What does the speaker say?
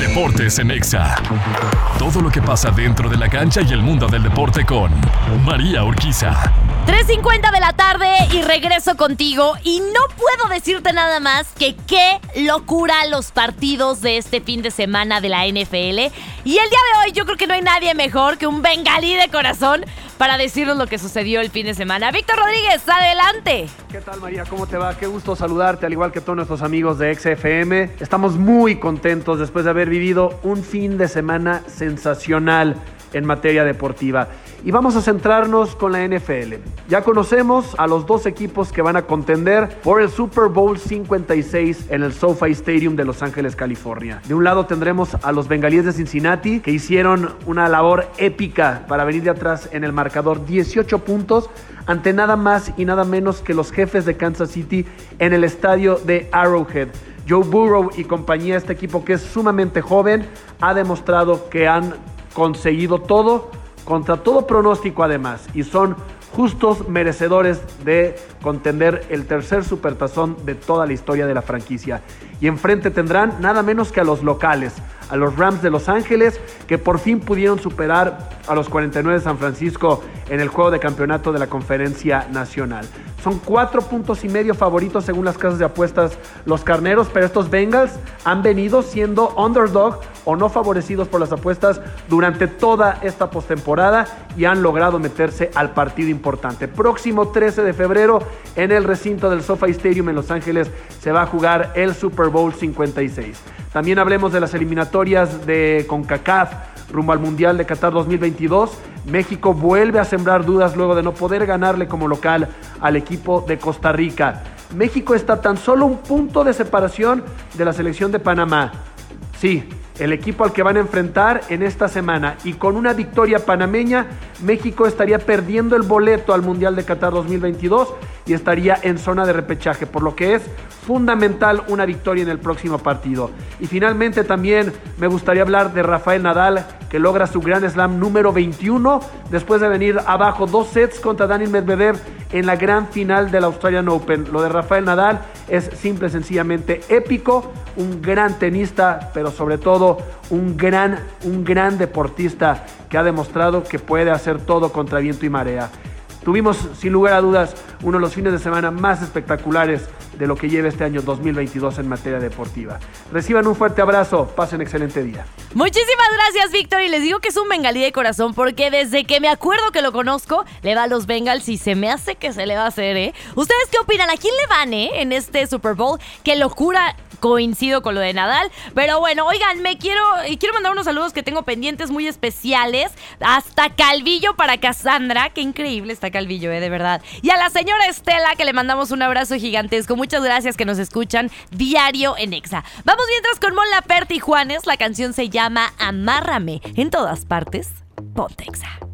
Deportes en Exa. Todo lo que pasa dentro de la cancha y el mundo del deporte con María Urquiza. 3:50 de la tarde y regreso contigo y no puedo decirte nada más que qué locura los partidos de este fin de semana de la NFL. Y el día de hoy yo creo que no hay nadie mejor que un bengalí de corazón para decirnos lo que sucedió el fin de semana. Víctor Rodríguez, adelante. ¿Qué tal, María? ¿Cómo te va? Qué gusto saludarte, al igual que todos nuestros amigos de XFM. Estamos muy contentos después de haber vivido un fin de semana sensacional en materia deportiva. Y vamos a centrarnos con la NFL. Ya conocemos a los dos equipos que van a contender por el Super Bowl 56 en el SoFi Stadium de Los Ángeles, California. De un lado tendremos a los Bengalíes de Cincinnati, que hicieron una labor épica para venir de atrás en el marcador, 18 puntos, ante nada más y nada menos que los Jefes de Kansas City en el estadio de Arrowhead. Joe Burrow y compañía, este equipo que es sumamente joven, ha demostrado que han conseguido todo, contra todo pronóstico además, y son justos merecedores de contender el tercer supertazón de toda la historia de la franquicia. Y enfrente tendrán nada menos que a los locales, a los Rams de Los Ángeles, que por fin pudieron superar a los 49 de San Francisco en el juego de campeonato de la Conferencia Nacional. Son 4.5 puntos favoritos según las casas de apuestas los carneros, pero estos Bengals han venido siendo underdog o no favorecidos por las apuestas durante toda esta postemporada y han logrado meterse al partido importante. Próximo 13 de febrero en el recinto del SoFi Stadium en Los Ángeles se va a jugar el Super Bowl 56. También hablemos de las eliminatorias de CONCACAF rumbo al Mundial de Qatar 2022. México vuelve a sembrar dudas luego de no poder ganarle como local al equipo de Costa Rica. México está tan solo un punto de separación de la selección de Panamá. Sí, el equipo al que van a enfrentar en esta semana, y con una victoria panameña, México estaría perdiendo el boleto al Mundial de Qatar 2022 y estaría en zona de repechaje, por lo que es fundamental una victoria en el próximo partido. Y finalmente también me gustaría hablar de Rafael Nadal, que logra su Grand Slam número 21 después de venir abajo 2 sets contra Daniil Medvedev en la gran final del Australian Open. Lo de Rafael Nadal es simple y sencillamente épico, un gran tenista, pero sobre todo un gran deportista que ha demostrado que puede hacer todo contra viento y marea. Tuvimos, sin lugar a dudas, uno de los fines de semana más espectaculares de lo que lleva este año 2022 en materia deportiva. Reciban un fuerte abrazo, pasen excelente día. Muchísimas gracias, Víctor, y les digo que es un bengalí de corazón porque desde que me acuerdo que lo conozco, le va a los Bengals y se me hace que se le va a hacer, ¿eh? ¿Ustedes qué opinan? ¿A quién le van, en este Super Bowl? ¡Qué locura! Coincido con lo de Nadal, pero bueno, oigan, quiero mandar unos saludos que tengo pendientes muy especiales, hasta Calvillo para Cassandra, qué increíble está Calvillo, de verdad, y a la señora Estela, que le mandamos un abrazo gigantesco, muchas gracias que nos escuchan diario en Exa. Vamos mientras con Mon Laferte y Juanes, la canción se llama Amárrame, en todas partes, ponte Exa.